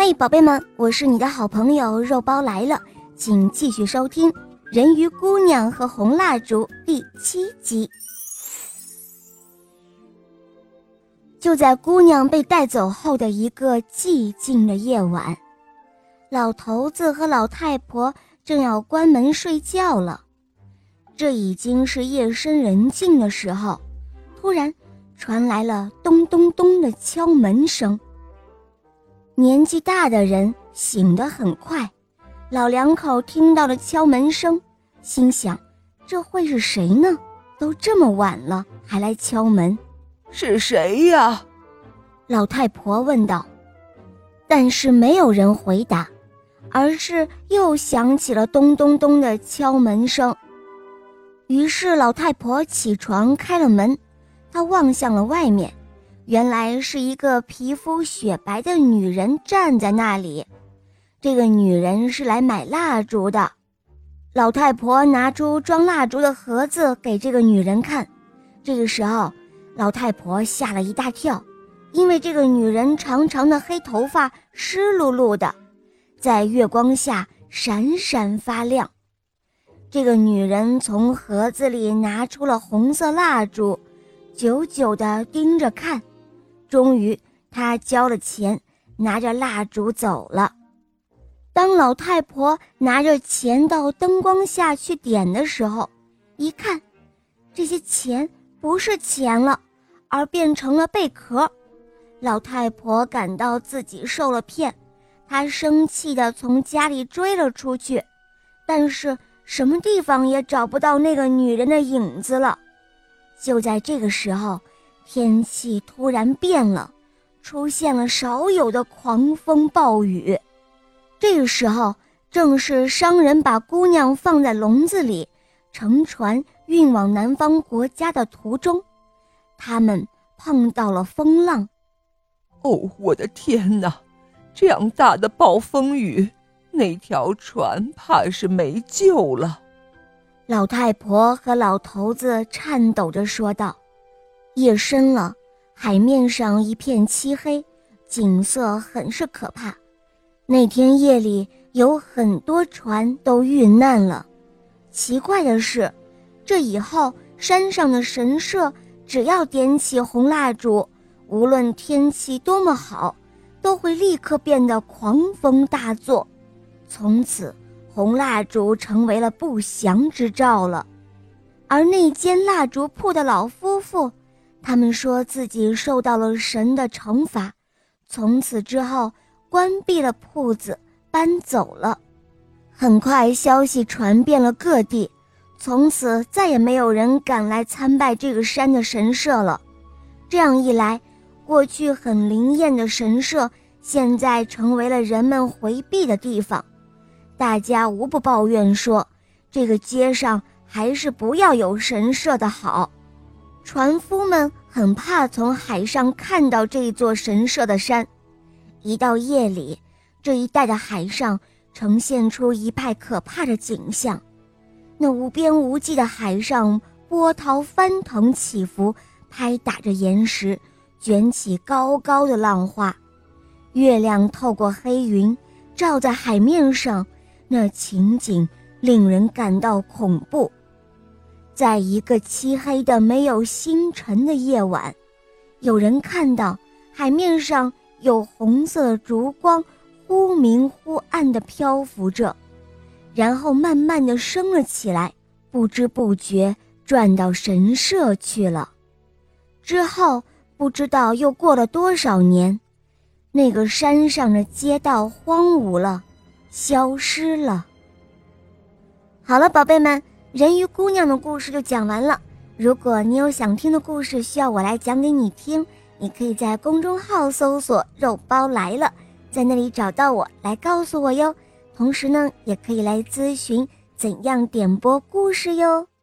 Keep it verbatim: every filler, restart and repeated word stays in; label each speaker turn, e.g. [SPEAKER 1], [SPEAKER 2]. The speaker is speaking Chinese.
[SPEAKER 1] 嗨，宝贝们，我是你的好朋友肉包来了，请继续收听《人鱼姑娘和红蜡烛》第七集。就在姑娘被带走后的一个寂静的夜晚，老头子和老太婆正要关门睡觉了。这已经是夜深人静的时候，突然传来了咚咚咚的敲门声。年纪大的人醒得很快，老两口听到了敲门声，心想这会是谁呢？都这么晚了还来敲门。
[SPEAKER 2] 是谁呀？
[SPEAKER 1] 老太婆问道。但是没有人回答，而是又响起了咚咚咚的敲门声。于是老太婆起床开了门，她望向了外面，原来是一个皮肤雪白的女人站在那里。这个女人是来买蜡烛的。老太婆拿出装蜡烛的盒子给这个女人看。这个时候老太婆吓了一大跳，因为这个女人长长的黑头发湿漉漉的，在月光下闪闪发亮。这个女人从盒子里拿出了红色蜡烛，久久地盯着看。终于她交了钱，拿着蜡烛走了。当老太婆拿着钱到灯光下去点的时候，一看，这些钱不是钱了，而变成了贝壳。老太婆感到自己受了骗，她生气地从家里追了出去，但是什么地方也找不到那个女人的影子了。就在这个时候，天气突然变了，出现了少有的狂风暴雨。这个时候正是商人把姑娘放在笼子里，乘船运往南方国家的途中，他们碰到了风浪。
[SPEAKER 2] 哦，我的天哪，这样大的暴风雨，那条船怕是没救了。
[SPEAKER 1] 老太婆和老头子颤抖着说道。夜深了，海面上一片漆黑，景色很是可怕。那天夜里有很多船都遇难了。奇怪的是，这以后山上的神社只要点起红蜡烛，无论天气多么好，都会立刻变得狂风大作。从此红蜡烛成为了不祥之兆了。而那间蜡烛铺的老夫妇，他们说自己受到了神的惩罚，从此之后关闭了铺子，搬走了。很快消息传遍了各地，从此再也没有人敢来参拜这个山的神社了。这样一来，过去很灵验的神社现在成为了人们回避的地方。大家无不抱怨说，这个街上还是不要有神社的好。船夫们很怕从海上看到这座神社的山。一到夜里，这一带的海上呈现出一派可怕的景象。那无边无际的海上，波涛翻腾起伏，拍打着岩石，卷起高高的浪花。月亮透过黑云照在海面上，那情景令人感到恐怖。在一个漆黑的没有星辰的夜晚，有人看到海面上有红色的烛光忽明忽暗地漂浮着，然后慢慢地升了起来，不知不觉转到神社去了。之后不知道又过了多少年，那个山上的街道荒芜了，消失了。好了，宝贝们，人鱼姑娘的故事就讲完了。如果你有想听的故事需要我来讲给你听，你可以在公众号搜索肉包来了，在那里找到我来告诉我哟。同时呢，也可以来咨询怎样点播故事哟。